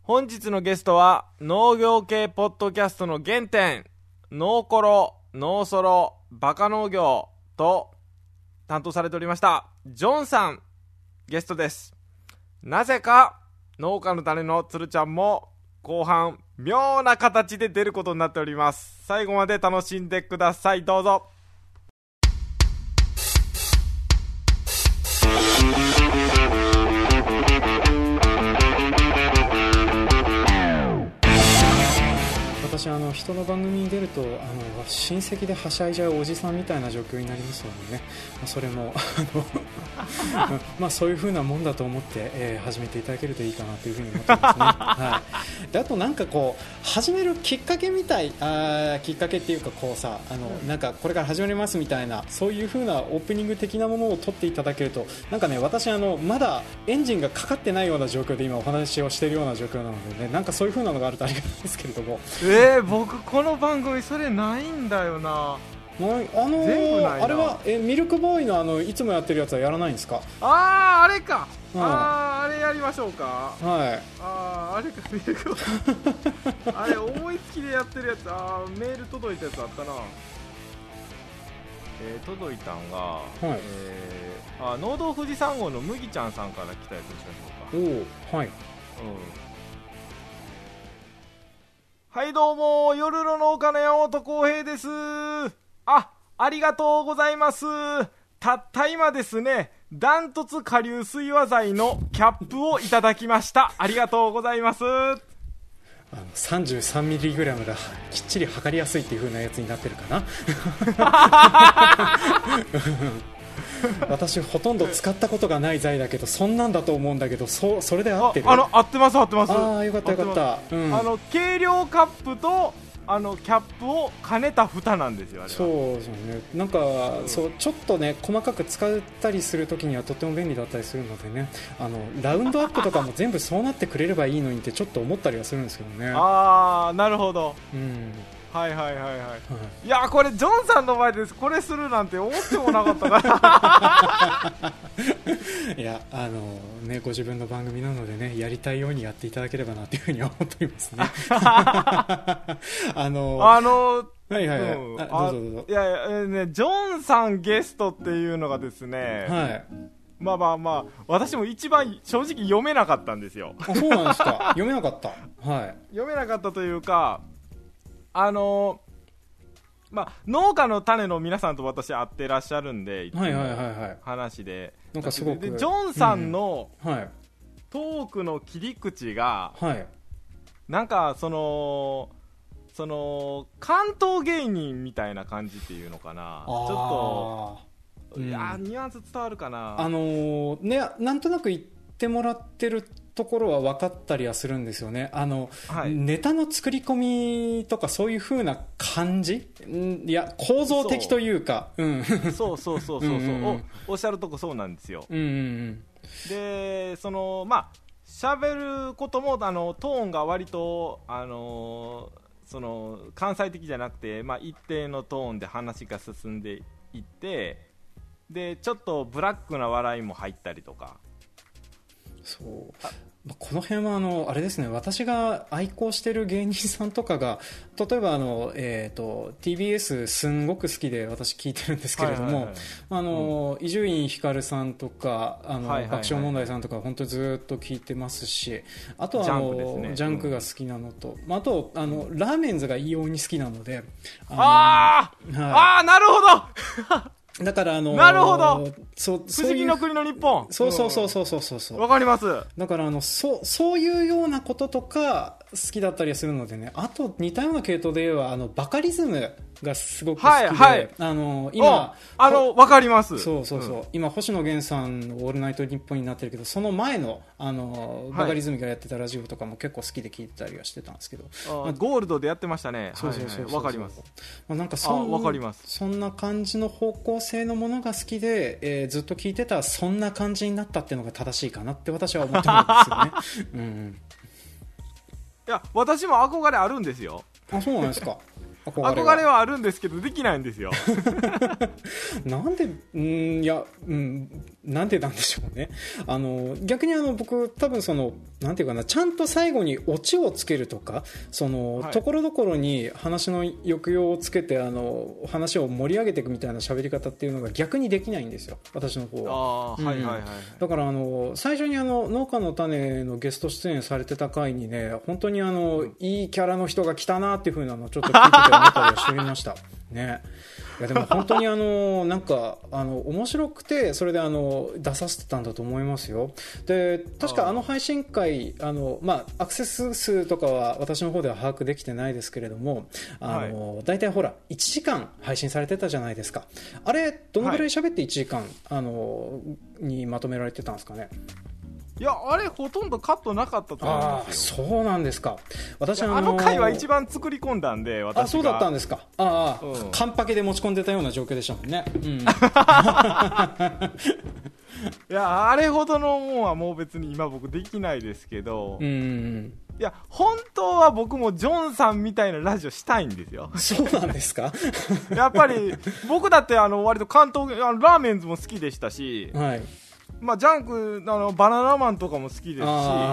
本日のゲストは農業系ポッドキャストの原点、ノーコロ、ノーソロ、バカ農業と担当されておりましたジョンさんゲストです。なぜか農家の種のつるちゃんも後半妙な形で出ることになっております。最後まで楽しんでください。どうぞ。 私人の番組に出ると親戚ではしゃいじゃうおじさんみたいな状況になりますのでね、それもまあそういう風なもんだと思って、始めていただけるといいかなという風に思ってますね、はい、であとなんかこう始めるきっかけみたいきっかけっていうかこうさなんかこれから始まりますみたいなそういう風なオープニング的なものを取っていただけるとなんかね私まだエンジンがかかってないような状況で今お話をしているような状況なのでね、なんかそういう風なのがあるとありがたいですけれども、 僕この番組それないんだよな。全部ないな。 あれはミルクボーイのいつもやってるやつはやらないんですか？ あれか、あれやりましょうか。 はい。 あれか、ミルクボーイあれ思いつきでやってるやつ。メール届いたやつあったな。届いたんが、はい、農道富士山号の麦ちゃんさんから来たやつにしましょうか。 はい、 はい、どうも夜の農家の山本浩平です。ありがとうございます。たった今ですね、ダントツ顆粒水和剤のキャップをいただきました。ありがとうございます。 33mg がきっちり測りやすいっていう風なやつになってるかな私ほとんど使ったことがない剤だけどそんなんだと思うんだけど、それで合ってる？ 合ってます。よかったよかった、 計量カップとキャップを兼ねた蓋なんですよ。あれはそうですよね。なんか、そうちょっとね細かく使ったりするときにはとっても便利だったりするのでね、ラウンドアップとかも全部そうなってくれればいいのにってちょっと思ったりはするんですけどね。 なるほど。はい、いやこれジョンさんの前でこれするなんて思ってもなかったからいやね、ご自分の番組なのでねやりたいようにやっていただければなというふうには思っていますねどうぞ。 いやね、ジョンさんゲストっていうのがですね、 はい、 まあ私も一番正直読めなかったんですよ。 そうなんですか。読めなかった。はい、 読めなかったというか農家の種の皆さんと私会ってらっしゃるんで、話でなんかすごくでジョンさんのトークの切り口が、なんかその関東芸人みたいな感じっていうのかな。ちょっと、ニュアンス伝わるかな。 なんとなく言ってもらってるところは分かったりはするんですよね。ネタの作り込みとかそういう風な感じ、いや構造的というか、 そうおっしゃるとこそうなんですよ。で喋ることもトーンが割と関西的じゃなくて、一定のトーンで話が進んでいって、でちょっとブラックな笑いも入ったりとか。 この辺はあれですね、私が愛好している芸人さんとかが例えばTBS すんごく好きで私聞いてるんですけれども、伊集院光さんとか爆笑問題さんとか本当にずっと聞いてますし、あとはジャンクが好きなのと、あとラーメンズが異様に好きなので、 なるほどだからなるほど、 不思議の国の日本、 そうわかります。 だからそういうようなこととか好きだったりするのでね。あと似たような系統で言えばバカリズムがすごく好きで、今わかります。 今星野源さんのオールナイトニッポンになってるけど、その前のバカリズムがやってたラジオとかも結構好きで聞いてたりはしてたんですけど、 ゴールドでやってましたね。わかります。 なんかわかります。 そんな感じの方向性のものが好きで、ずっと聞いてたらそんな感じになったっていうのが正しいかなって私は思ってるんですよね。 いや私も憧れあるんですよ。 そうなんですか。 憧れはあるんですけどできないんですよ。 なんでなんてなんでしょうね。逆に僕、多分なんていうかな、ちゃんと最後にオチをつけるとか、 はい、 ところどころに話の抑揚をつけて、話を盛り上げていくみたいな喋り方っていうのが逆にできないんですよ、私の方は。だから、最初に農家の種のゲスト出演されてた回にね、本当にいいキャラの人が来たなっていう風なのをちょっと聞いてて思ったりはしておりました。ね。いやでも本当になんか面白くてそれで出させてたんだと思いますよ。で確か配信会アクセス数とかは私の方では把握できてないですけれどもだいたいほら1時間配信されてたじゃないですか。あれどのぐらい喋って1時間、にまとめられてたんですかね。 いやあれほとんどカットなかったと思いますよ。 そうなんですか。私回は一番作り込んだんで私が。 そうだったんですか。カンパケで持ち込んでたような状況でしたもんね。 いやあれほどのもんはもう別に今僕できないですけど、いや本当は僕もジョンさんみたいなラジオしたいんですよ。 そうなんですか。 やっぱり僕だって割と関東ラーメンズも好きでしたし、ジャンクバナナマンとかも好きですし、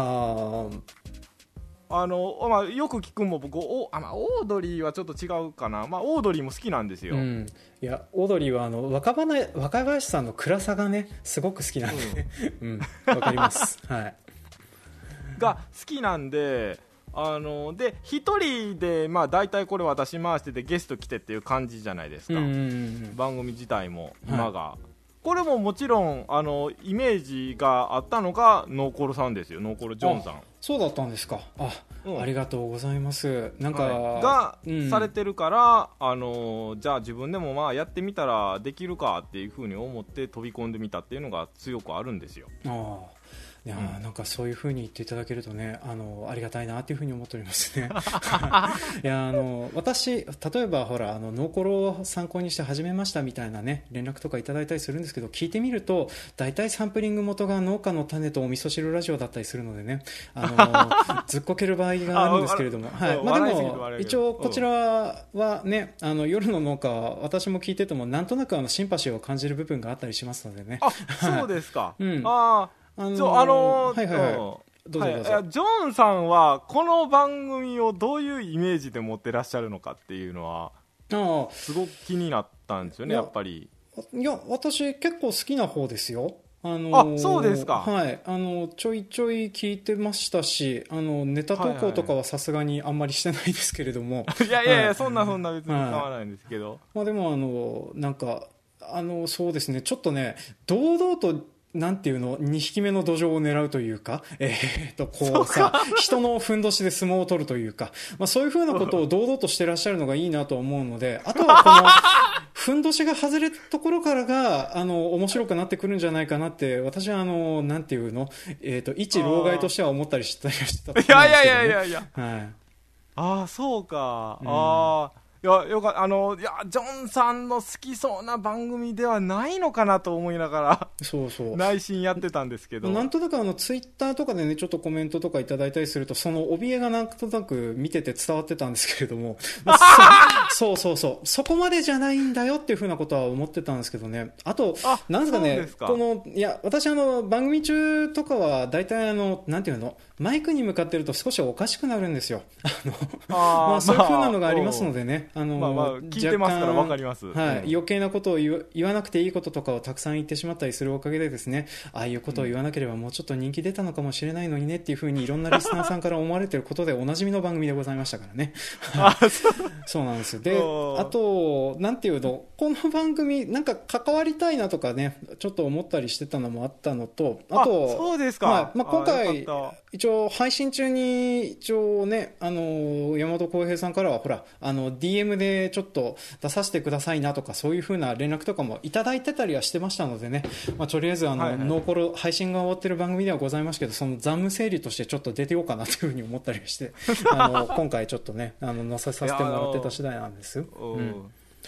よく聞くも僕オードリーはちょっと違うかな、オードリーも好きなんですよ。 いやオードリーは若林さんの暗さがねすごく好きなんで、わかります。 が好きなんでで一人で大体これ私回しててゲスト来てっていう感じじゃないですか、番組自体も今が、これももちろんイメージがあったのがノーコルさんですよ。ノーコルジョンさん。 そうだったんですか。ありがとうございます。なんか、 が、されてるからじゃあ自分でもやってみたらできるかっていうふうに思って飛び込んでみたっていうのが強くあるんですよ。 いやなんかそういう風に言っていただけるとねありがたいなという風に思っておりますね。いや私例えばほらノーコロを参考にして始めましたみたいなね連絡とかいただいたりするんですけど、聞いてみると大体サンプリング元が農家の種とお味噌汁ラジオだったりするのでねずっこける場合があるんですけれども、でも一応こちらはね夜の農家は私も聞いててもなんとなくシンパシーを感じる部分があったりしますのでね。 そうですか。 どうぞどうぞ。 ジョンさんはこの番組をどういうイメージで持ってらっしゃるのかっていうのはすごく気になったんですよね。やっぱりいや私結構好きな方ですよ。 そうですか。 ちょいちょい聞いてましたしネタ投稿とかはさすがにあんまりしてないですけれども、 いやそんな別に構わないんですけど、 でもなんかそうですね、ちょっとね堂々となんていうの2匹目の土壌を狙うというか、こうさ人のふんどしで相撲を取るというか、そういうふうなことを堂々としてらっしゃるのがいいなと思うので、あとはこのふんどしが外れたところからが面白くなってくるんじゃないかなって私はなんていうの一老害としては思ったりしてたりしたと思うんですけどね。 いやそうか。いやジョンさんの好きそうな番組ではないのかなと思いながら内心やってたんですけど、 なんとなくツイッターとかでねちょっとコメントとかいただいたりするとその怯えがなんとなく見てて伝わってたんですけれどもそこまでじゃないんだよっていうふうなことは思ってたんですけどね。あとなんですかね、私番組中とかは大体なんていうのマイクに向かってると少しおかしくなるんですよ。そういうふうなのがありますのでね、 聞いてますから分かります。 余計なことを言わなくていいこととかをたくさん言ってしまったりするおかげでですね、ああいうことを言わなければもうちょっと人気出たのかもしれないのにねっていうふうにいろんなリスナーさんから思われていることでおなじみの番組でございましたからね。そうなんですよ。であとなんていうのこの番組なんか関わりたいなとかねちょっと思ったりしてたのもあったのと、あとそうですか。 今回一応配信中に一応ね山本浩平さんからはほらDM でちょっと出させてくださいなとかそういう風な連絡とかもいただいてたりはしてましたのでね、とりあえずノーコロ配信が終わってる番組ではございますけどその残務整理としてちょっと出てようかなという風に思ったりして今回ちょっとね載せさせてもらってた次第なんです。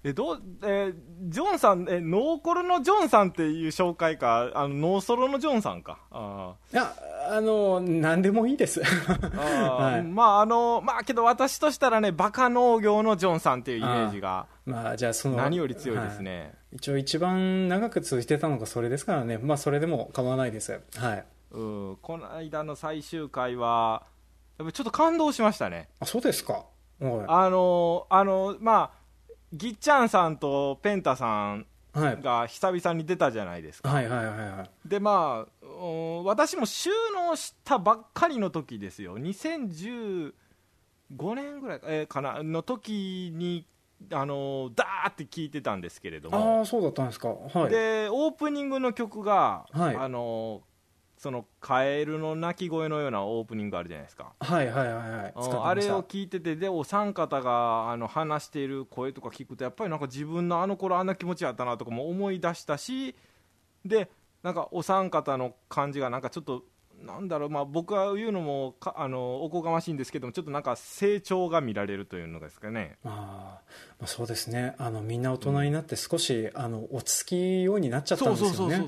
ジョンさん、ノーコルのジョンさんっていう紹介か、ノーソロのジョンさんか。 いや、何でもいいです。はい、 まあ、けど私としたらね、バカ農業のジョンさんっていうイメージが、 まあ、じゃあ何より強いですね。はい、 一応一番長く続いてたのがそれですからね。まあ、それでも構わないです。はい。 この間の最終回は、やっぱちょっと感動しましたね。 あ、そうですか。 まあ、ぎっちゃんさんとペンタさんが久々に出たじゃないですか。 はいはいはいはい。 で、まあ、私も収納したばっかりの時ですよ。2015年ぐらいかなの時に、ダーって聞いてたんですけれども。 ああ、そうだったんですか。はい。 で、オープニングの曲が、 はい、 そのカエルの鳴き声のようなオープニングあるじゃないですか。 はいはいはいはい。 あれを聞いてて、でお三方が話している声とか聞くと、やっぱりなんか自分のあの頃あんな気持ちやったなとかも思い出したし、でなんかお三方の感じがなんかちょっとなんだろう、まあ、僕が言うのもおこがましいんですけども、ちょっとなんか成長が見られるというのですかね。 まあ、そうですね。みんな大人になって少し、落ち着きようになっちゃったんですよね。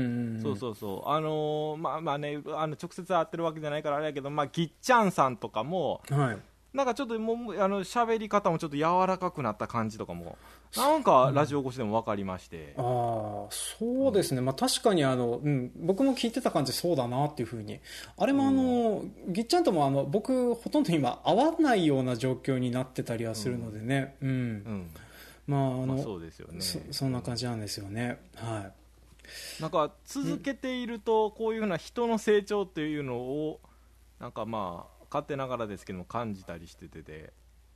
まあね、直接会ってるわけじゃないからあれやけど、まあ、ぎっちゃんさんとかも、 はい、 なんかちょっともう喋り方もちょっと柔らかくなった感じとかもなんかラジオ越しでも分かりまして、 ああ、そうですね。まあ、確かに僕も聞いてた感じそうだなっていうふうに。あれもぎっちゃんとも僕ほとんど今会わないような状況になってたりはするのでね。まあそうですよね。 そんな感じなんですよね。はい。 なんか続けているとこういうふうな人の成長っていうのをなんかまあ勝手ながらですけども感じたりしてて、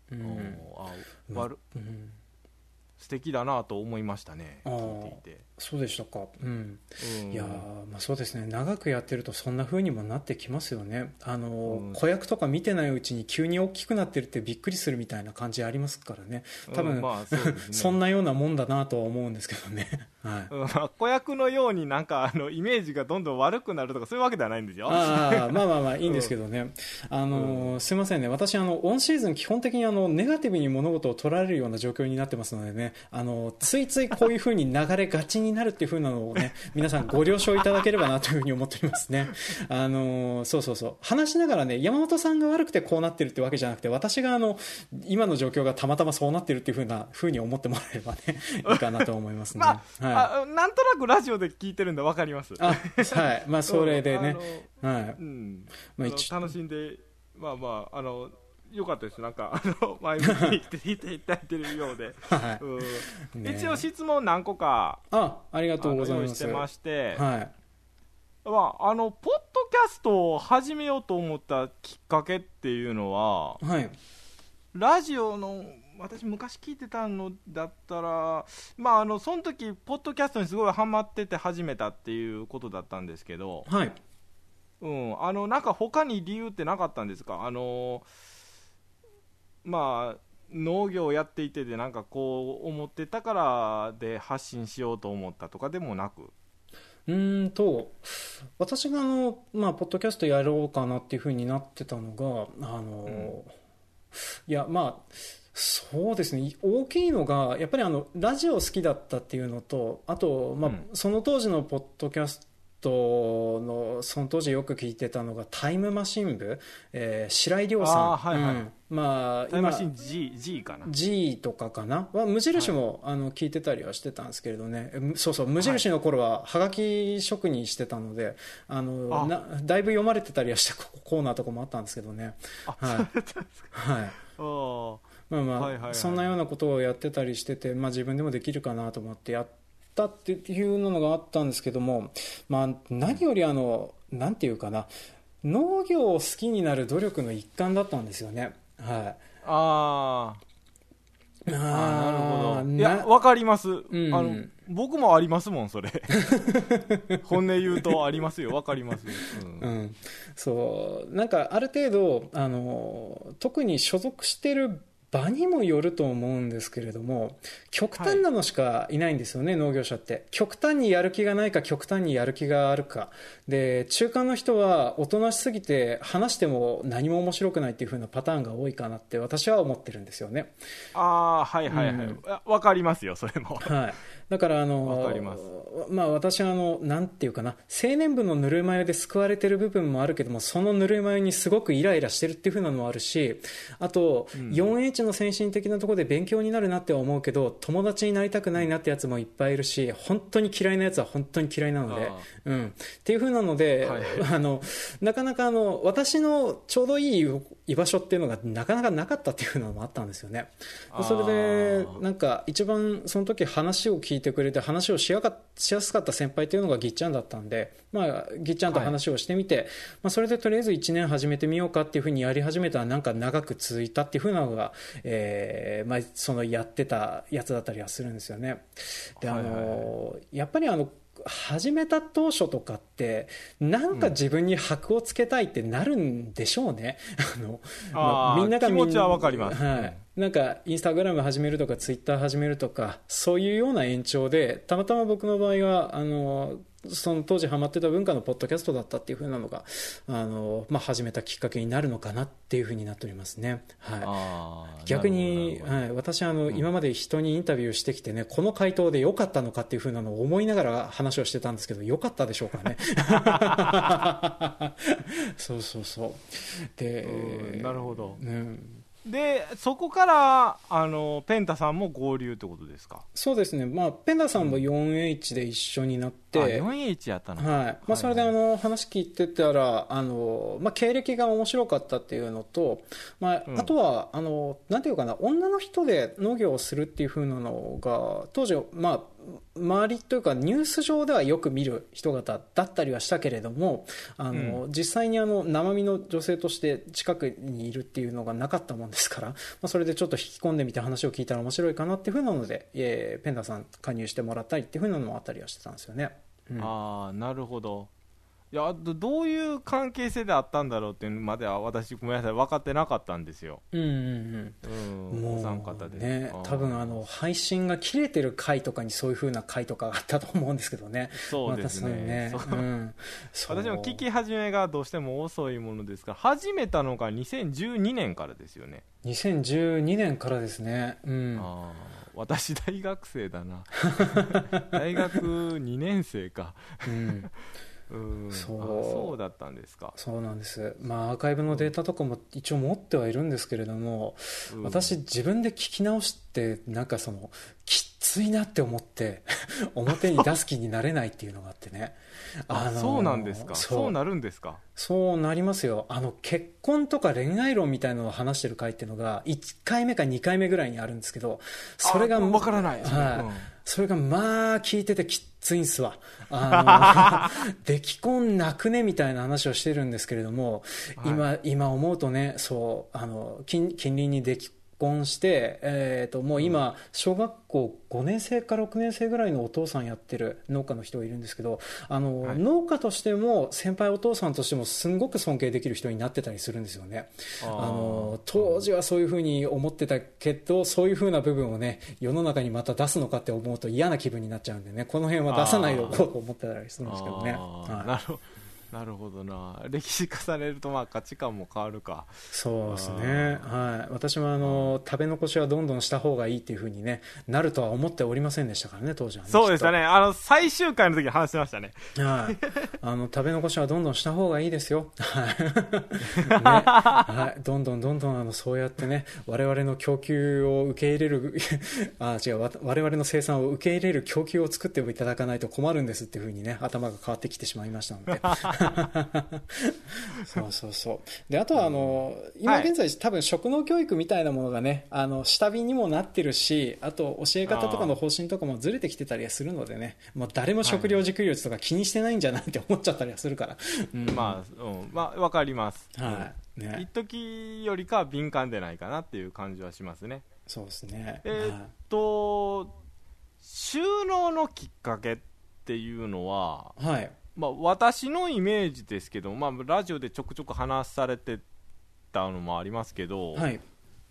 素敵だなと思いましたね、聞いていて。 そうでしたか。いや、まあ、そうですね。長くやってるとそんな風にもなってきますよね。子役とか見てないうちに急に大きくなってるってびっくりするみたいな感じありますからね。多分、そうですね、そんなようなもんだなとは思うんですけどね。 はい、子役のようになんかイメージがどんどん悪くなるとかそういうわけではないんですよ。 まあいいんですけどね。すいませんね。私オンシーズン基本的にネガティブに物事を捉えるような状況になってますのでね。ついついこういう風に流れがちになるっていう風なのをね、皆さんご了承いただければなという風に思っておりますね。そう話しながらね、山本さんが悪くてこうなってるってわけじゃなくて、私が今の状況がたまたまそうなってるっていう風に思ってもらえればねいいかなと思いますね。 なんとなくラジオで聞いてるんで分かります。 はい。まあそれでね、 楽しんで、よかったです。なんか前向きに言っていただいてるようで、一応質問何個かありがとうございます。 用意してまして、 はい。 ポッドキャストを始めようと思ったきっかけっていうのは、 はい、 ラジオの私昔聞いてたのだったら、その時ポッドキャストにすごいハマってて始めたっていうことだったんですけど、 はい、 なんか他に理由ってなかったんですか？農業をやっていてでなんかこう思ってたからで発信しようと思ったとかでもなく、 私がポッドキャストやろうかなっていう風になってたのがいやそうですね、大きいのがやっぱりラジオ好きだったっていうのと、あと、その当時のポッドキャストのその当時よく聞いてたのがタイムマシン部、白井亮さん、 タイムマシン G かな G とかかなは無印も、聞いてたりはしてたんですけれどね。そう無印の頃ははがき職人してたので、だいぶ読まれてたりはしたコーナーとかもあったんですけどね。そんなようなことをやってたりしてて、自分でもできるかなと思ってやったっていうのがあったんですけども、何よりなんていうかな、農業を好きになる努力の一環だったんですよね。はい。 なるほど。いや、わかります。僕もありますもん、それ。本音言うとありますよ。わかりますよ。そう。 なんか、ある程度、特に所属してる場にもよると思うんですけれども、極端なのしかいないんですよね、農業者って。極端にやる気がないか極端にやる気があるかで、中間の人はおとなしすぎて話しても何も面白くないっていう風なパターンが多いかなって私は思ってるんですよね。 はいはいはい、わかりますよそれも。 はい、だからわかります。 私はなんていうかな、青年部のぬるま湯で救われてる部分もあるけども、そのぬるま湯にすごくイライラしてるっていう風なのもあるし、あと、4H の先進的なところで勉強になるなって思うけど、友達になりたくないなってやつもいっぱいいるし、本当に嫌いなやつは本当に嫌いなので、っていう風なので、なかなか私のちょうどいい居場所っていうのがなかなかなかったっていうのもあったんですよね。それでなんか一番その時話を聞いてくれて話をしやすかった先輩っていうのがぎっちゃんだったんで、ぎっちゃんと話をしてみて、それでとりあえず1年始めてみようかっていうふうにやり始めたらなんか長く続いたっていうふうなのが、そのやってたやつだったりはするんですよね。で、やっぱり始めた当初とかってなんか自分に箔をつけたいってなるんでしょうね。みんなが気持ちはわかります。 なんかインスタグラム始めるとかツイッター始めるとかそういうような延長で、たまたま僕の場合はその当時ハマってた文化のポッドキャストだったっていう風なのが始めたきっかけになるのかなっていう風になっておりますね。逆に、私今まで人にインタビューしてきてね、この回答で良かったのかっていう風なのを思いながら話をしてたんですけど、良かったでしょうかね。そうで、 なるほど。でそこからペンタさんも合流ってことですか？ そうですね、ペンタさんも 4H で一緒になって、 4H やったの、 それで話聞いてたら経歴が面白かったっていうのと、あとはなんていうかな、女の人で農業をするっていう風なのが当時周りというかニュース上ではよく見る人方だったりはしたけれども、実際に生身の女性として近くにいるっていうのがなかったもんですから、それでちょっと引き込んでみて話を聞いたら面白いかなっていう風なので、ペンダさん加入してもらったりっていう風なのもあったりはしてたんですよね。 なるほど。いや、どういう関係性であったんだろうっていうまでは私ごめんなさい分かってなかったんですよ。お三方でね、多分配信が切れてる回とかにそういう風な回とかがあったと思うんですけどね。 そうですね。私も聞き始めがどうしても遅いものですが、始めたのが2012年からですよね。 2012年からですね。 私大学生だな。大学2年生か。そうだったんですか。 そうなんです。アーカイブのデータとかも一応持ってはいるんですけれども、私自分で聞き直してなんかきついなって思って表に出す気になれないっていうのがあってね。 そうなんですか。そうなるんですか。 そうなりますよ。結婚とか恋愛論みたいなのを話してる回っていうのが1回目か2回目ぐらいにあるんですけど、それが分からない。 それが聞いててきついんすわ。出来婚なくねみたいな話をしてるんですけれども、今思うとね、近隣に出来婚して、もう今小学校5年生か6年生ぐらいのお父さんやってる農家の人がいるんですけど、農家としても先輩お父さんとしてもすんごく尊敬できる人になってたりするんですよね。当時はそういうふうに思ってたけど、そういうふうな部分をね世の中にまた出すのかって思うと嫌な気分になっちゃうんでね、この辺は出さないでおこうと思ってたりするんですけどね。 なるほどな。歴史重ねると価値観も変わるか。 そうですね。私も食べ残しはどんどんした方がいいっていう風にねなるとは思っておりませんでしたからね、当時はね。 そうでしたね。最終回の時に話してましたね。 食べ残しはどんどんした方がいいですよ。どんどんそうやってね、我々の供給を受け入れる我々の生産を受け入れる供給を作っていただかないと困るんですっていう風にね頭が変わってきてしまいましたので。そうで、あとは今現在、多分職能教育みたいなものがね下火にもなってるし、あと教え方とかの方針とかもずれてきてたりはするのでね、誰も食料自給率とか気にしてないんじゃないって思っちゃったりはするから、 わかります。一時よりかは敏感でないかなっていう感じはしますね。 そうですね。 収納のきっかけっていうのは、私のイメージですけど、ラジオでちょくちょく話されてたのもありますけど、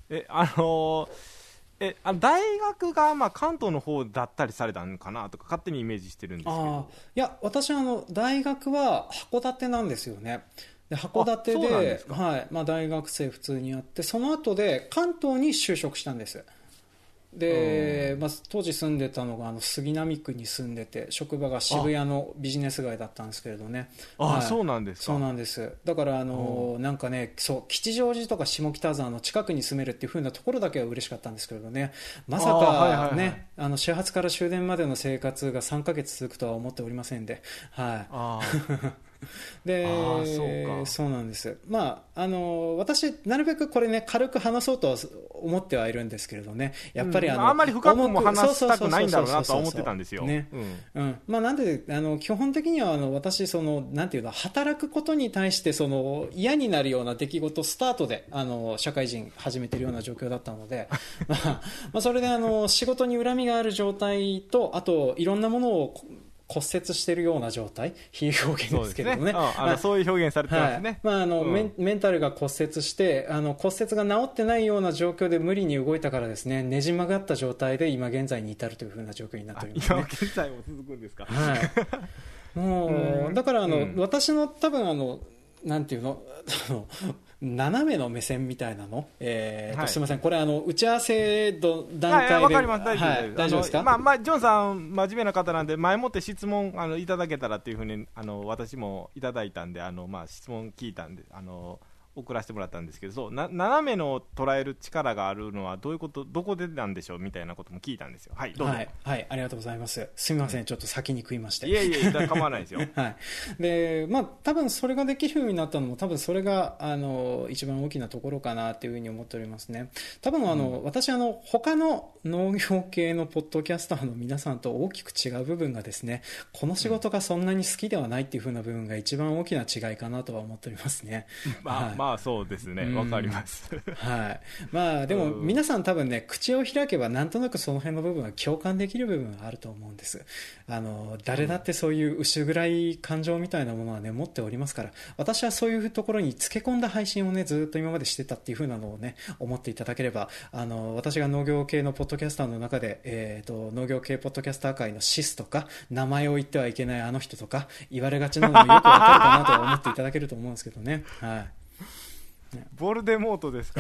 大学がまあ関東の方だったりされたのかなとか勝手にイメージしてるんですけど。 いや私大学は函館なんですよね。で函館で、はいまあ、大学生普通にやって、その後で関東に就職したんです。で、まあ、当時住んでたのが杉並区に住んでて、職場が渋谷のビジネス街だったんですけれどね。 はい、そうなんですか。 そうなんです。だからなんかね、そう吉祥寺とか下北沢の近くに住めるっていう風なところだけは嬉しかったんですけれどね、まさかね、始発から終電までの生活が3ヶ月続くとは思っておりませんで、はいでそうなんです。まあ私なるべくこれね軽く話そうとは思ってはいるんですけれどね、やっぱりあんまり深くも話したくないんだろうなとは思ってたんですよね。 まあなんで基本的には私なんていうの、働くことに対して嫌になるような出来事スタートで社会人始めてるような状況だったのでまあそれで仕事に恨みがある状態と、あといろんなものを骨折しているような状態、比喩表現ですけれどもね、 そういう表現されてますね。 メンタルが骨折して骨折が治ってないような状況で無理に動いたからですね、ねじ曲がった状態で今現在に至るという風な状況になっておりますね。 今現在も続くんですか。 もうだから私の多分なんていうの斜めの目線みたいなの、すみません、これ打ち合わせの段階で、 わかります、大丈夫ですか。 ジョンさん真面目な方なんで、前もって質問いただけたらっていうふうに私もいただいたんで、質問聞いたんで送らせてもらったんですけど、そう斜めの捉える力があるのはどういうこと、どこでなんでしょうみたいなことも聞いたんですよ。はい、どうぞ。 はい、ありがとうございます。すみません、ちょっと先に食いまして。 いえ構わないですよ。 でまあ多分それができるようになったのも、多分それが一番大きなところかなというふうに思っておりますね。多分私他の農業系のポッドキャスターの皆さんと大きく違う部分がですね、この仕事がそんなに好きではないっていうふうな部分が一番大きな違いかなとは思っておりますね。 まあそうですね、わかります。 まあでも皆さん多分ね、口を開けばなんとなくその辺の部分は共感できる部分があると思うんです。誰だってそういう薄暗い感情みたいなものはね持っておりますから、私はそういうところにつけ込んだ配信をねずっと今までしてたっていう風なのをね思っていただければ、私が農業系のポッドキャスターの中で、農業系ポッドキャスター界のシスとか、名前を言ってはいけないあの人とか言われがちなのもよくわかるかなと思っていただけると思うんですけどね。 ボルデモートですか。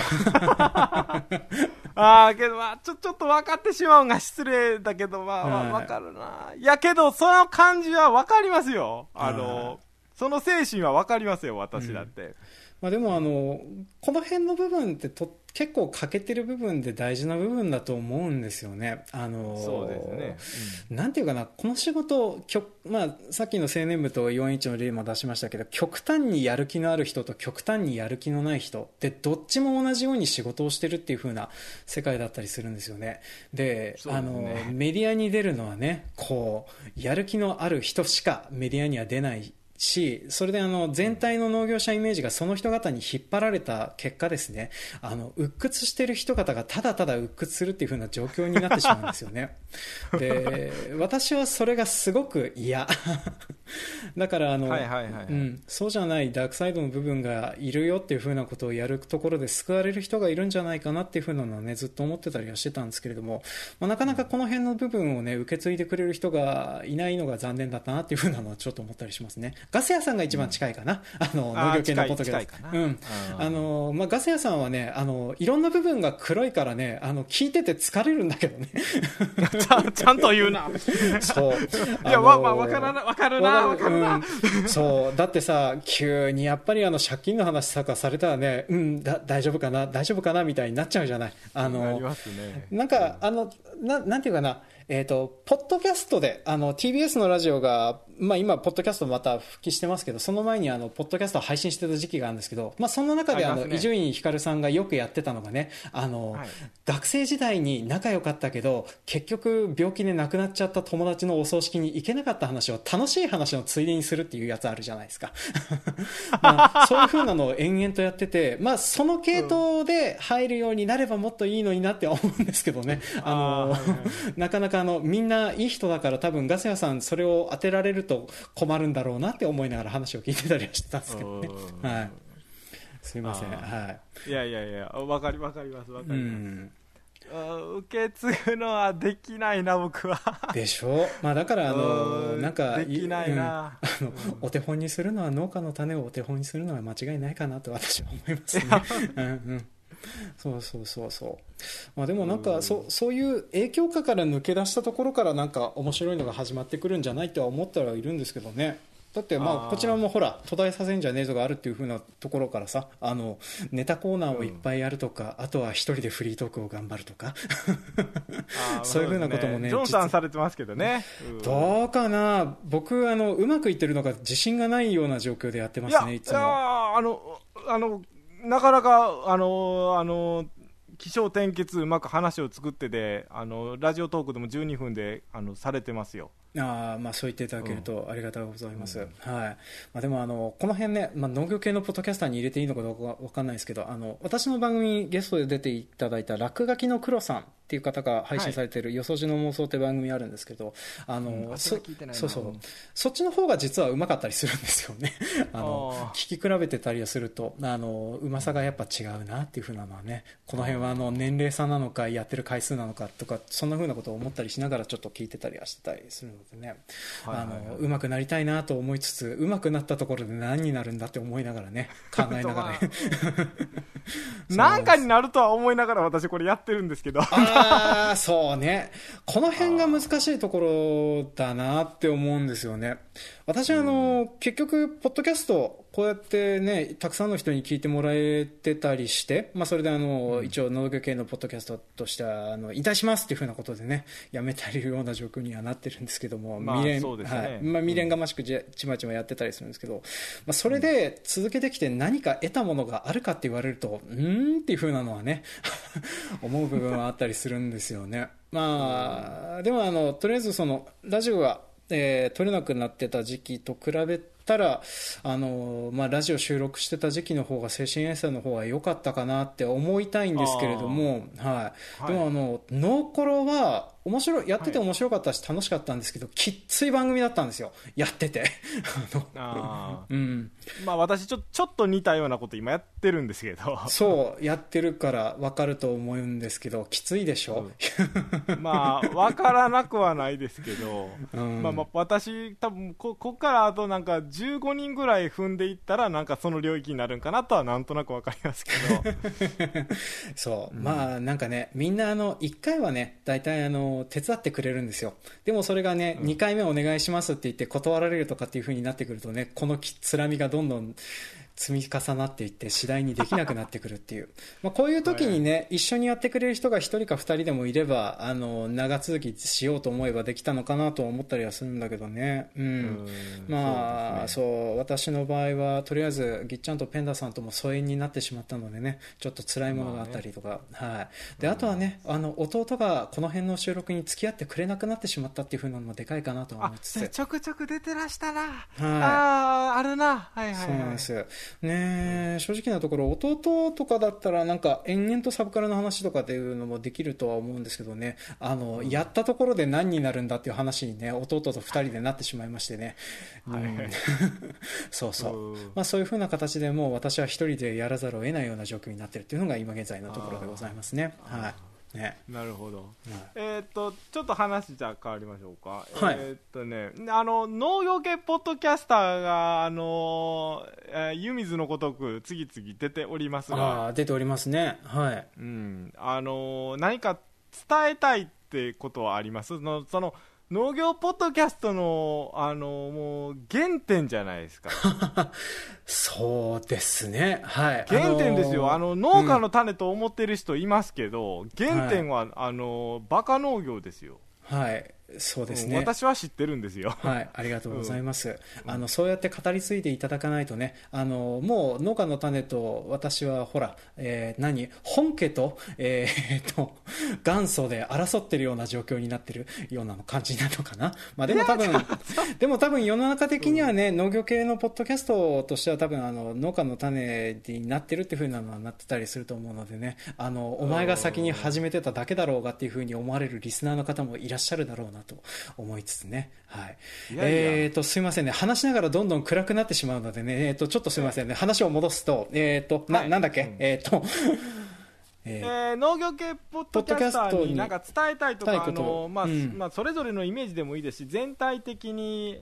けどちょっと分かってしまうんが失礼だけど、分かるな。いやけどその感じは分かりますよ。その精神は分かりますよ、私だって。 でもこの辺の部分って結構欠けてる部分で大事な部分だと思うんですよね。 そうですね。 なんていうかな、この仕事、さっきの青年部と4-1の例も出しましたけど、極端にやる気のある人と極端にやる気のない人ってどっちも同じように仕事をしてるっていう風な世界だったりするんですよね。で、メディアに出るのはね、やる気のある人しかメディアには出ないし、それで全体の農業者イメージがその人方に引っ張られた結果ですね、鬱屈してる人方がただただ鬱屈するっていう風な状況になってしまうんですよね。で、私はそれがすごく嫌だからそうじゃないダークサイドの部分がいるよっていう風なことをやるところで救われる人がいるんじゃないかなっていう風なのはねずっと思ってたりはしてたんですけれども、なかなかこの辺の部分をね受け継いでくれる人がいないのが残念だったなっていう風なのはちょっと思ったりしますね。ガス屋さんが一番近いかな、農業系のポッドキャスト。ガス屋さんはねいろんな部分が黒いからね聞いてて疲れるんだけどねちゃんと言うな。 そういやわかるな、 そうだってさ、急にやっぱり借金の話されたらね、大丈夫かなみたいになっちゃうじゃない。 なりますね。 なんかなんていうかな、ポッドキャストでTBS のラジオが、今ポッドキャストまた復帰してますけど、その前にポッドキャストを配信してた時期があるんですけど、その中で伊集院光さんがよくやってたのがね、学生時代に仲良かったけど結局病気で亡くなっちゃった友達のお葬式に行けなかった話を楽しい話のついでにするっていうやつあるじゃないですかそういう風なのを延々とやってて、その系統で入るようになればもっといいのになって思うんですけどね。なかなかみんないい人だから多分ガス屋さんそれを当てられると困るんだろうなって思いながら話を聞いてたりはしてたんですけどね。 すいません。はい。 いやいやいや、わかります。受け継ぐのはできないな、僕は。 でしょ。まあだからなんかできないな、 お手本にするのは、農家の種をお手本にするのは間違いないかなと私は思いますね。そう。まあでもなんかそういう影響下から抜け出したところからなんか面白いのが始まってくるんじゃないとは思ってはいるんですけどね。だってまあこちらもほら途絶えさせんじゃねえぞがあるっていう風なところからさ、ネタコーナーをいっぱいやるとか、あとは一人でフリートークを頑張るとかそういう風なこともね、 ジョンさんされてますけどね。 どうかな。僕うまくいってるのか自信がないような状況でやってますね、いつも。 なかなか起承転結うまく話を作ってで、ラジオトークでも12分でされてますよ。 まあ、そう言っていただけるとありがたいございます。はい。まあ、でもこの辺ね、まあ、農業系のポッドキャスターに入れていいのかどうか分かんないですけど、私の番組ゲストで出ていただいた落書きの黒さんっていう方が配信されている、よそじの妄想って番組あるんですけど、そっちの方が実はうまかったりするんですよね。聞き比べてたりするとうまさがやっぱ違うなっていう風なのはね、この辺は年齢差なのかやってる回数なのかとか、そんな風なことを思ったりしながらちょっと聞いてたりはしてたりするのでね、うまくなりたいなと思いつつ、うまくなったところで何になるんだって思いながらね、考えながらねなんかになるとは思いながら私これやってるんですけどそうね、この辺が難しいところだなって思うんですよね。私結局ポッドキャストこうやってね、たくさんの人に聞いてもらえてたりして、まあ、それで一応農業系のポッドキャストとしては引退しますっていう風なことでね、やめたりるような状況にはなってるんですけども、未練がましくちまちまやってたりするんですけど、まあ、それで続けてきて何か得たものがあるかって言われるとっていう風なのはね思う部分はあったりするんですよね。まあでもとりあえずそのラジオが撮れなくなってた時期と比べたらまあ、ラジオ収録してた時期の方が精神衛生の方が良かったかなって思いたいんですけれども、でもノーコロはやってて面白かったし楽しかったんですけど、きっつい番組だったんですよ、やっててまあ私ちょっと似たようなこと今やってるんですけどそうやってるから分かると思うんですけど、きついでしょ、 まあ分からなくはないですけど、まあ私多分こっからあとなんか15人ぐらい踏んでいったらなんかその領域になるんかなとはなんとなく分かりますけどそう、まあなんかね、みんな1回はね大体手伝ってくれるんですよ。でもそれがね、2回目お願いしますって言って断られるとかっていう風になってくるとね、このつらみがどんどん積み重なっていって次第にできなくなってくるっていうまあこういう時にね、一緒にやってくれる人が1人か2人でもいれば長続きしようと思えばできたのかなと思ったりはするんだけどね。まあそう私の場合はとりあえずぎっちゃんとペンダさんとも疎遠になってしまったのでね、ちょっと辛いものがあったりとか、であとはね弟がこの辺の収録に付き合ってくれなくなってしまったっていう風なのもでかいかなと思いつつ、 ちょくちょく出てらしたな、あるな、 そうなんですね。正直なところ弟とかだったらなんか延々とサブカルの話とかっていうのもできるとは思うんですけどね、やったところで何になるんだっていう話にね、弟と2人でなってしまいましてね、そうまあそういう風な形でもう私は一人でやらざるを得ないような状況になっているっていうのが今現在のところでございますね。 なるほど、ちょっと話じゃ変わりましょうか。農業系ポッドキャスターが湯水のごとく次々出ておりますが、 出ておりますね。 何か伝えたいってことはあります？その農業ポッドキャストのもう原点じゃないですかそうですね、原点ですよ。農家の種と思ってる人いますけど、原点はバカ農業ですよ。そうですね、私は知ってるんですよ。 ありがとうございます。そうやって語り継いでいただかないとね、もう農家の種と私はほら、本家と、元祖で争ってるような状況になってるような感じなのかな。でも多分世の中的にはね、農業系のポッドキャストとしては多分農家の種になってるっていう風なのはなってたりすると思うのでね、お前が先に始めてただけだろうがっていう風に思われるリスナーの方もいらっしゃるだろうなと思いつつね、はい、 いやいやすいませんね、話しながらどんどん暗くなってしまうのでね、ちょっとすいませんね、話を戻すと、なんだっけ、 農業系ポッドキャスターになんか伝えたいとか、それぞれのイメージでもいいですし、全体的に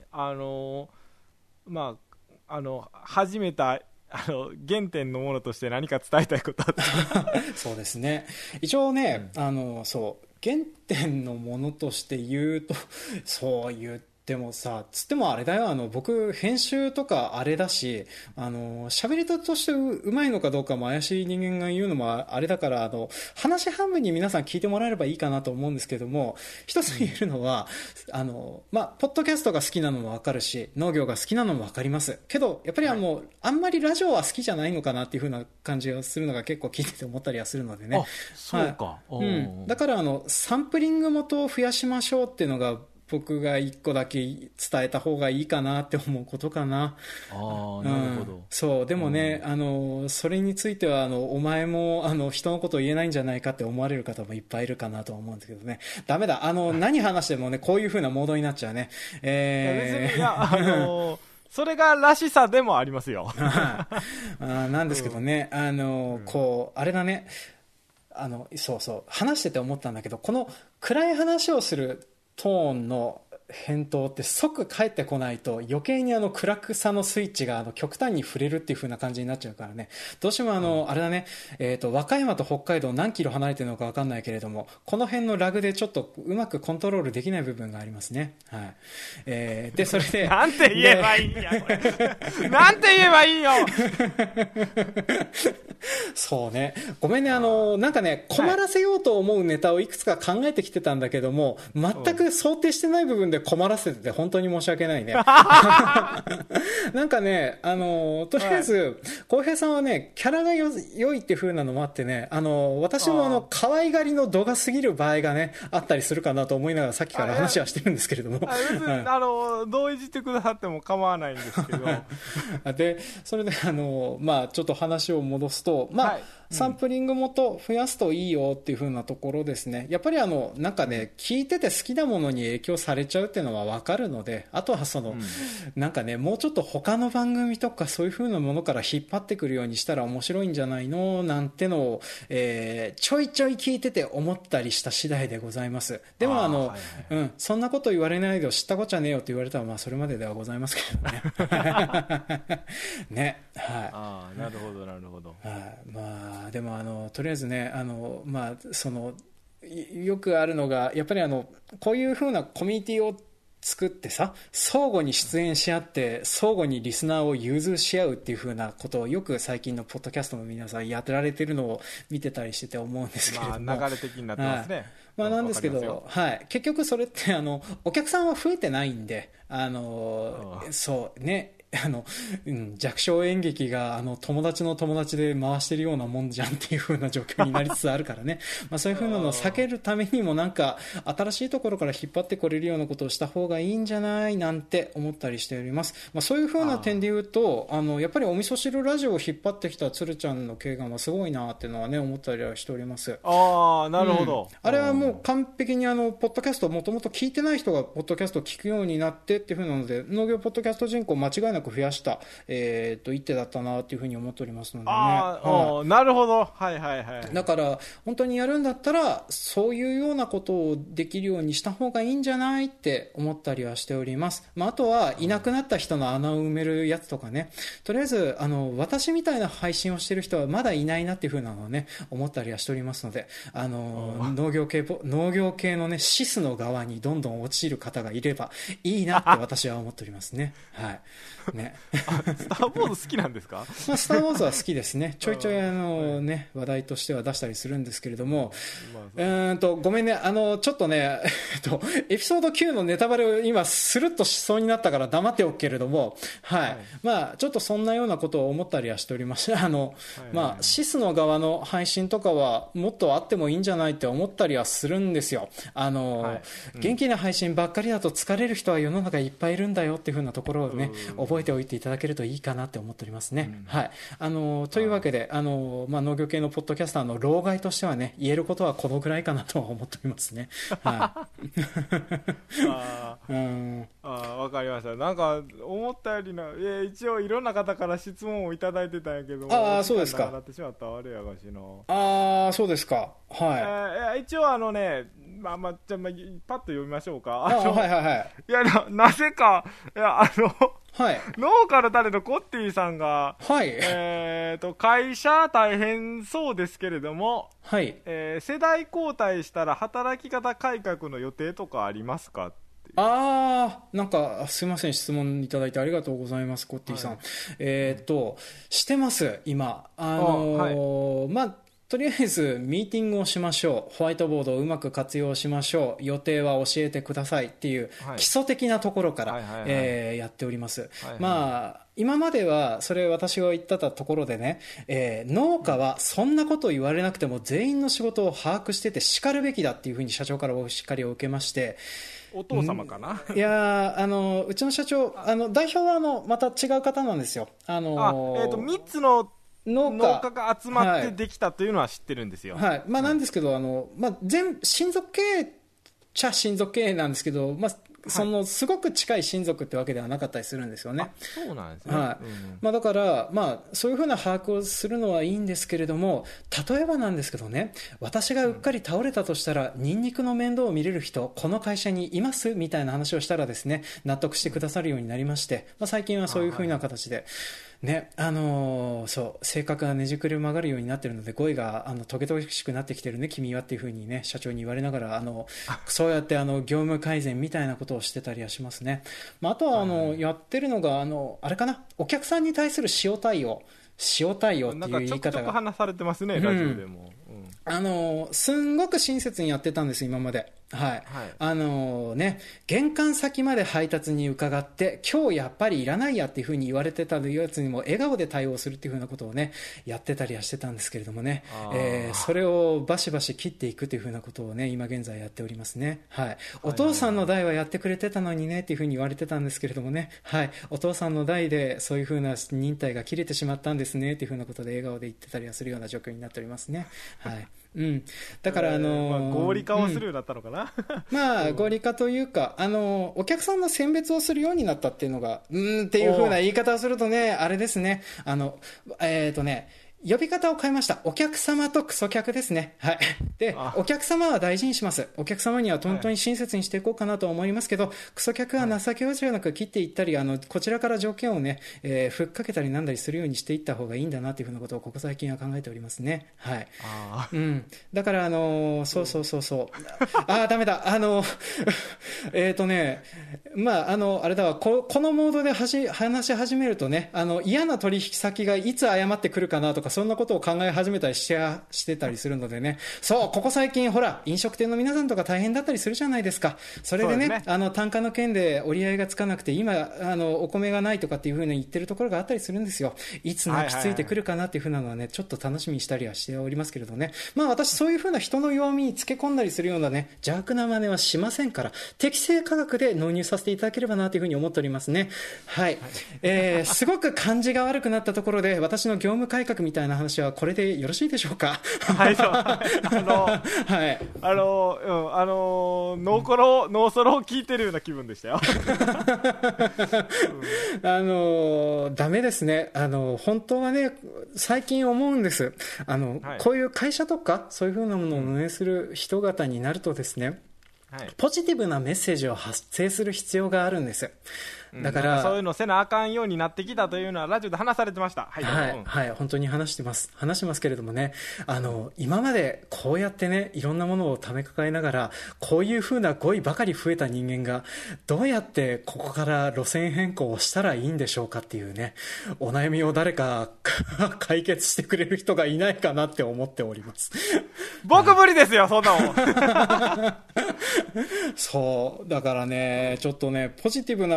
始めた原点のものとして何か伝えたいことあってそうですね、一応ね、そう原点のものとして言うとそう言ってもさ、つってもあれだよ、僕編集とかあれだし、喋り手としてうまいのかどうかも怪しい人間が言うのもあれだから、話半分に皆さん聞いてもらえればいいかなと思うんですけども、一つ言えるのは、ポッドキャストが好きなのもわかるし、農業が好きなのもわかりますけど、やっぱりあんまりラジオは好きじゃないのかなっていう風な感じがするのが結構聞いてて思ったりはするのでね。 あ、そうか、 はい、だからサンプリング元を増やしましょうっていうのが僕が一個だけ伝えた方がいいかなって思うことかな。 なるほど。 そうでもね、それについてはお前も人のことを言えないんじゃないかって思われる方もいっぱいいるかなと思うんですけどね、ダメだ、何話してもねこういう風なモードになっちゃうね。 別にそれがらしさでもありますよなんですけどね、こうあれだね、そう話してて思ったんだけど、この暗い話をするトーンの返答って即返ってこないと余計に暗くさのスイッチが極端に触れるっていう風な感じになっちゃうからね、どうしてもあれだね、和歌山と北海道何キロ離れてるのか分かんないけれども、この辺のラグでちょっとうまくコントロールできない部分がありますね。はい。でそれでなんて言えばいいんやこれなんて言えばいいよそうね、ごめんね、なんかね困らせようと思うネタをいくつか考えてきてたんだけども、全く想定してない部分で困らせてて本当に申し訳ないねなんかね、とりあえず浩平さんはねキャラが良いっていう風なのもあってね、私も可愛がりの度が過ぎる場合がねあったりするかなと思いながらさっきから話はしてるんですけれども、別にどういじってくださっても構わないんですけどでそれでちょっと話を戻すと、サンプリング元増やすといいよっていう風なところですね。やっぱりなんかね聞いてて好きなものに影響されちゃうっていうのは分かるので、あとはなんかねもうちょっと他の番組とかそういう風なものから引っ張ってくるようにしたら面白いんじゃないのなんてのを、ちょいちょい聞いてて思ったりした次第でございます。でもそんなこと言われないで知ったこっちゃねえよって言われたらそれまでではございますけどねね、はい。 なるほどなるほど。 でもとりあえずねよくあるのがやっぱりこういう風なコミュニティを作ってさ、相互に出演し合って相互にリスナーを融通し合うっていう風なことをよく最近のポッドキャストの皆さんやってられてるのを見てたりしてて思うんですけれども、 流れ的になってますね。 なんですけど、結局それってお客さんは増えてないんで、そうね、弱小演劇が友達の友達で回してるようなもんじゃんっていう風な状況になりつつあるからねそういう風なのを避けるためにもなんか新しいところから引っ張ってこれるようなことをした方がいいんじゃないなんて思ったりしております。そういう風な点で言うとやっぱりお味噌汁ラジオを引っ張ってきた鶴ちゃんの経験はすごいなっていうのはね思ったりはしております。 なるほど、 あれはもう完璧にポッドキャストをもともと聞いてない人がポッドキャストを聞くようになってっていう風なので、農業ポッドキャスト人口間違いなく増やした一手だったなっていうふうに思っておりますのでね。 なるほど、 だから本当にやるんだったらそういうようなことをできるようにした方がいいんじゃないって思ったりはしております。あとはいなくなった人の穴を埋めるやつとかね、とりあえず私みたいな配信をしてる人はまだいないなっていうふうなのをね思ったりはしておりますので、農業系のねシスの側にどんどん落ちる方がいればいいなって私は思っておりますね。はいねスター・ウォーズ好きなんですか？ スター・ウォーズは好きですね。ちょいちょい話題としては出したりするんですけれども、ごめんね、ちょっとね、エピソード9のネタバレを今スルッとしそうになったから黙っておくけれども、ちょっとそんなようなことを思ったりはしておりまして、シスの側の配信とかはもっとあってもいいんじゃないって思ったりはするんですよ。元気な配信ばっかりだと疲れる人は世の中いっぱいいるんだよっていう風なところをね、覚ええておいていただけるといいかなって思っておりますね。はい。というわけで、農業系のポッドキャスターの老害としてはね、言えることはこのぐらいかなとは思っておりますね。はい。 わかりました。なんか思ったより一応いろんな方から質問をいただいてたんやけど、 そうですか。 なってしまったあれやがしの。 そうですか。 はい。一応パッと読みましょうか。 はいはいはい。 いやなぜかはい、 農家の種のコッティさんが、 はい、 会社大変そうですけれども、 はい、 世代交代したら働き方改革の予定とかありますか？ なんかすいません、質問いただいてありがとうございます、コッティさん。はい、してます今とりあえずミーティングをしましょう、ホワイトボードをうまく活用しましょう、予定は教えてくださいっていう基礎的なところからやっております。今まではそれ私が言ってたところでね、農家はそんなこと言われなくても全員の仕事を把握してて叱るべきだっていうふうに社長からお叱りを受けまして、 お父様かな。 いやうちの社長代表はまた違う方なんですよ。 3つの農家が集まってできたというのは知ってるんですよ。 はい。なんですけど親族経営っちゃ親族経営なんですけど、すごく近い親族ってわけではなかったりするんですよね。 そうなんですね。 はい。だからそういうふうな把握をするのはいいんですけれども、例えばなんですけどね、私がうっかり倒れたとしたら、ニンニクの面倒を見れる人この会社にいますみたいな話をしたらですね、納得してくださるようになりまして、最近はそういうふうな形でね、性格がねじくれ曲がるようになっているので、語彙がトゲトゲしくなってきてるね君はっていうふうにね、社長に言われながらそうやって業務改善みたいなことをしてたりはしますね。あとはやってるのがあれかな、お客さんに対する塩対応っていう言い方がなんかちょくちょく話されてますね、ラジオでも。 すんごく親切にやってたんです今まで。はい。玄関先まで配達に伺って、今日やっぱりいらないやっていうふうに言われてたやつにも笑顔で対応するっていうふうなことをね、やってたりはしてたんですけれどもね、それをバシバシ切っていくというふうなことをね、今現在やっておりますね。はい。お父さんの代はやってくれてたのにねっていうふうに言われてたんですけれどもね、はい。お父さんの代でそういうふうな忍耐が切れてしまったんですねっていうふうなことで笑顔で言ってたりはするような状況になっておりますね。はい。だから合理化をするようになったのかな。 合理化というかお客さんの選別をするようになったっていうのがっていう風な言い方をするとね、あれですね、呼び方を変えました。お客様とクソ客ですね。はい。で、お客様は大事にします。お客様には本当に親切にしていこうかなと思いますけど、クソ客は情けじゃなく切っていったり、こちらから条件をね、ふっかけたりなんだりするようにしていった方がいいんだなというふうなことをここ最近は考えておりますね。はい。だからダメだ。あれだわ、このモードで話し始めるとね、嫌な取引先がいつ謝ってくるかなとか、そんなことを考え始めたりしてたりするのでね。ここ最近ほら飲食店の皆さんとか大変だったりするじゃないですか。それでね、単価の件で折り合いがつかなくて、今お米がないとかっていう風に言ってるところがあったりするんですよ。いつ泣きついてくるかなっていう風なのはね、ちょっと楽しみにしたりはしておりますけれどね。私そういう風な人の弱みにつけ込んだりするようなね、邪悪な真似はしませんから、適正価格で納入させていただければなという風に思っておりますね。はい。すごく感じが悪くなったところで、私の業務改革みたいな話はこれでよろしいでしょうか。 はい、そう。ノーソロを聞いてるような気分でしたよ。 ダメですね。本当はね、最近思うんです。こういう会社とか、そういうふうなものを運営する人々になるとですね、ポジティブなメッセージを発生する必要があるんです。だからそういうのせなあかんようになってきたというのはラジオで話されてました。 はい、本当に話してますけれどもね、今までこうやってね、いろんなものをため抱えながら、こういう風な語彙ばかり増えた人間がどうやってここから路線変更をしたらいいんでしょうかっていうね、お悩みを誰か解決してくれる人がいないかなって思っております。 僕無理ですよ、そんなもん。 そうだからね、ちょっとね、ポジティブなメッセージ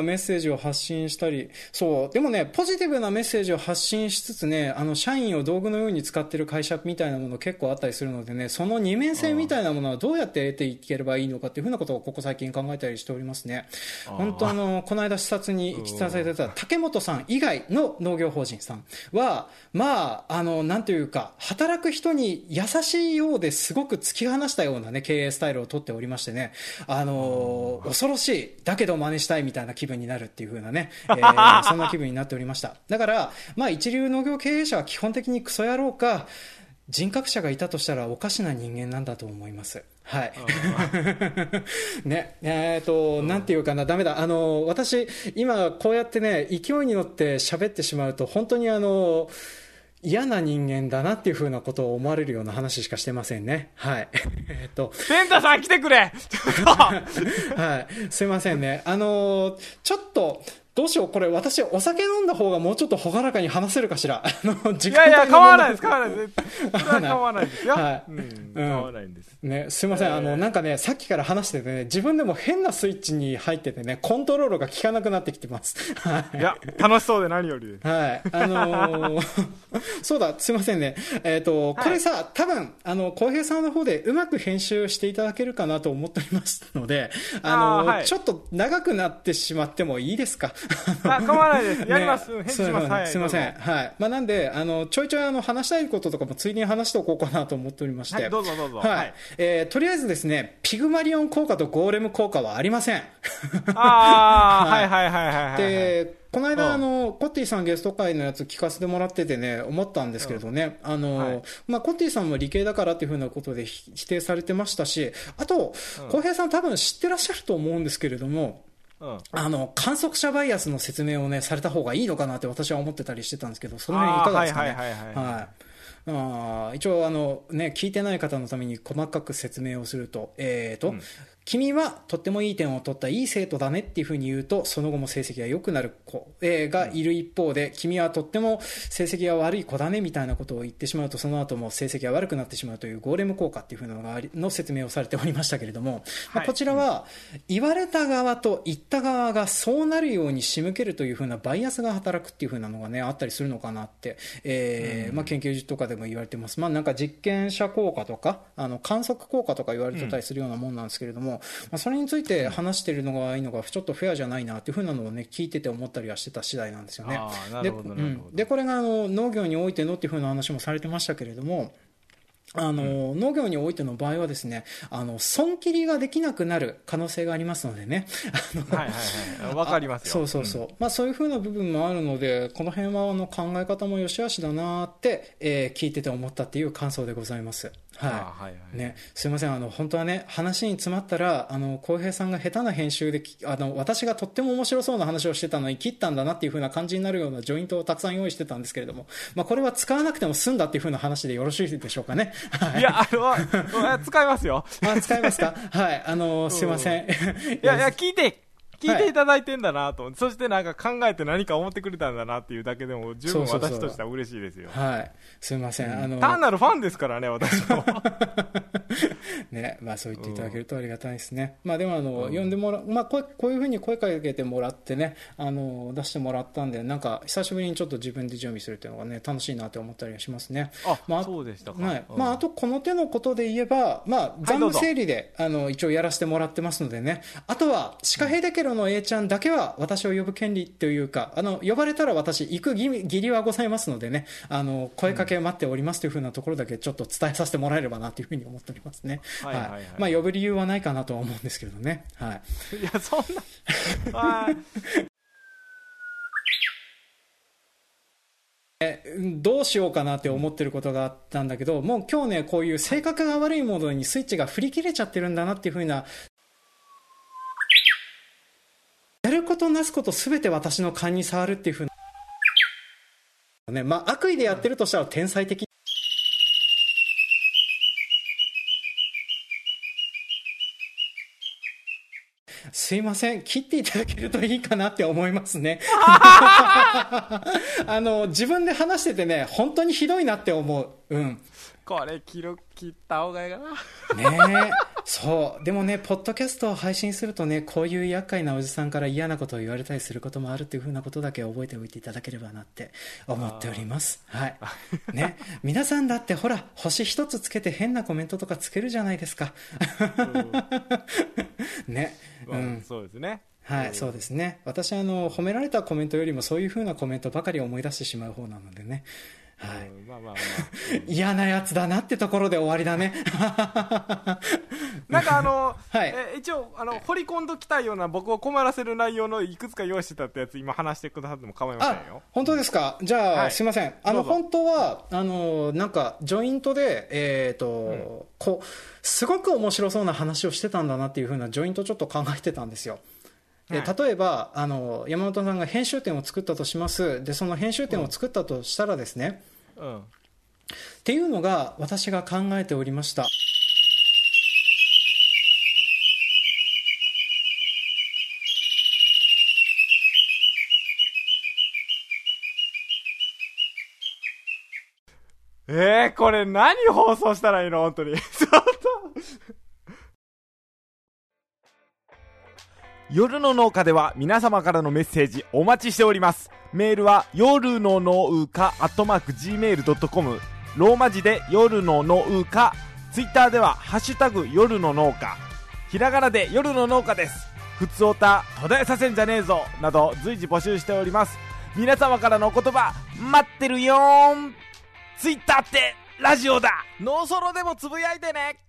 ジを発信したり、そう、でもね、ポジティブなメッセージを発信しつつね、社員を道具のように使ってる会社みたいなもの結構あったりするのでね、その二面性みたいなものはどうやって得ていければいいのかっていうふうなことをここ最近考えたりしておりますね。本当この間視察に行きさせてた竹本さん以外の農業法人さんは、まあ、なんというか、働く人に優しいようですごく突き放したようなね、経営スタイルをとっておりましてね、恐ろしい、だけど真似したいみたいな気分になるっていう風なね、そんな気分になっておりました。だから、まあ一流農業経営者は基本的にクソ野郎か、人格者がいたとしたらおかしな人間なんだと思います。はい。ね、なんていうかな、ダメだ。私、今こうやってね、勢いに乗って喋ってしまうと、本当に嫌な人間だなっていう風なことを思われるような話しかしてませんね。はい。 ペンタさん来てくれはい。すいませんね。ちょっと、どうしよう、これ私お酒飲んだ方がもうちょっと朗らかに話せるかしら。 いやいや、構わないです、構わないです。構わないですよ。 はい。 構わないんです。 ね、すいません、なんかね、さっきから話しててね、自分でも変なスイッチに入っててね、コントロールが効かなくなってきてます。 いや、楽しそうで何よりです。 はい。そうだ、すいませんね。これさ、多分、浩平さんの方でうまく編集していただけるかなと思っておりますので、ちょっと長くなってしまってもいいですか？ 構わないです。やります。返事します。はい。 すいません。はい。まあ、なんで、ちょいちょい話したいこととかもついでに話しておこうかなと思っておりまして。 はい、どうぞどうぞ。 はい。とりあえずですね、ピグマリオン効果とゴーレム効果はありません。 はいはいはいはい。 で、この間、コッティさんゲスト会のやつ聞かせてもらっててね、思ったんですけれどね、まあ、コッティさんも理系だからっていうふうなことで否定されてましたし、あと、浩平さん多分知ってらっしゃると思うんですけれども、観測者バイアスの説明をね、された方がいいのかなって私は思ってたりしてたんですけど、その辺いかがですかね。はい。一応ね、聞いてない方のために細かく説明をすると、君はとってもいい点を取ったいい生徒だねっていうふうに言うと、その後も成績が良くなる子、がいる一方で、君はとっても成績が悪い子だねみたいなことを言ってしまうと、その後も成績が悪くなってしまうというゴーレム効果っていうふうなのの説明をされておりましたけれども、まあ、こちらは言われた側と言った側がそうなるように仕向けるというふうなバイアスが働くっていうふうなのがね、あったりするのかなって、まあ、研究とかでも言われてます。まあ、なんか実験者効果とか、観測効果とか言われてたりするようなもんなんですけれども、まあ、それについて話しているのがいいのがちょっとフェアじゃないなというふうなのをね、聞いてて思ったりはしてた次第なんですよね。で、これが農業においてのっていうふうな話もされてましたけれども、農業においての場合はですね、損切りができなくなる可能性がありますのでね。 はいはいはい。わかりますよ。 そうそうそう。まあそういうふうな部分もあるので、この辺は考え方も良し悪しだなって、聞いてて思ったっていう感想でございます。はい。ね、すいません。本当はね、話に詰まったら、浩平さんが下手な編集で、私がとっても面白そうな話をしてたのに切ったんだなっていう風な感じになるようなジョイントをたくさん用意してたんですけれども、まあこれは使わなくても済んだっていう風な話でよろしいでしょうかね。 いや、使いますよ。 使いますか？はい。すいません。 いや、聞いていただいてんだなと、そしてなんか考えて何か思ってくれたんだなっていうだけでも十分私としては嬉しいですよ。 はい。すいません。 単なるファンですからね、私も。 ね、まあそう言っていただけるとありがたいですね。まあでも呼んでもらう、まあこういうふうに声かけてもらってね、出してもらったんで、なんか久しぶりにちょっと自分で準備するっていうのがね、楽しいなって思ったりはしますね。 まあそうでしたか。 はい。まああとこの手のことで言えば、まあ残務整理で、一応やらせてもらってますのでね、あとは、シカヘデケロの A ちゃんだけは私を呼ぶ権利というか、呼ばれたら私行く義理はございますのでね、声かけ待っておりますというふうなところだけちょっと伝えさせてもらえればなというふうに思っておりますね。まあ呼ぶ理由はないかなとは思うんですけどね。はい。 いや、そんな。 どうしようかなって思ってることがあったんだけど、もう今日ね、こういう性格が悪いモードにスイッチが振り切れちゃってるんだなっていうふうな、やることなすことすべて私の勘に触るっていうふうな、ね、まあ悪意でやってるとしたら天才的。すいません。切っていただけるといいかなって思いますね。自分で話しててね、本当にひどいなって思う。 これ記録切った方がいいかな。 ねえ、そう。でもね、ポッドキャストを配信するとね、こういう厄介なおじさんから嫌なことを言われたりすることもあるっていうふうなことだけ覚えておいていただければなって思っております。はい。ね、皆さんだってほら、星一つつけて変なコメントとかつけるじゃないですか。ね。 そうですね。 はい、そうですね。私褒められたコメントよりもそういう風なコメントばかり思い出してしまう方なのでね。はい。嫌なやつだなってところで終わりだね。 なんかはい、 一応掘り込んどきたいような僕を困らせる内容のいくつか用意してたってやつ今話してくださっても構いませんよ。 本当ですか。じゃあ、 はい、 すいません。本当はなんかジョイントでこうすごく面白そうな話をしてたんだなっていう風なジョイントちょっと考えてたんですよ。で例えば山本さんが編集点を作ったとします。でその編集点を作ったとしたらですね、っていうのが私が考えておりました。 これ何放送したらいいの本当に。ちょっと夜の農家では皆様からのメッセージお待ちしております。メールは夜の農家@gmail.com、 ローマ字で夜の農家、ツイッターではハッシュタグ夜の農家、ひらがなで夜の農家です。ふつおた途絶えさせんじゃねえぞなど随時募集しております。皆様からのお言葉待ってるよーん。ツイッターってラジオだ。ノーソロでもつぶやいてね。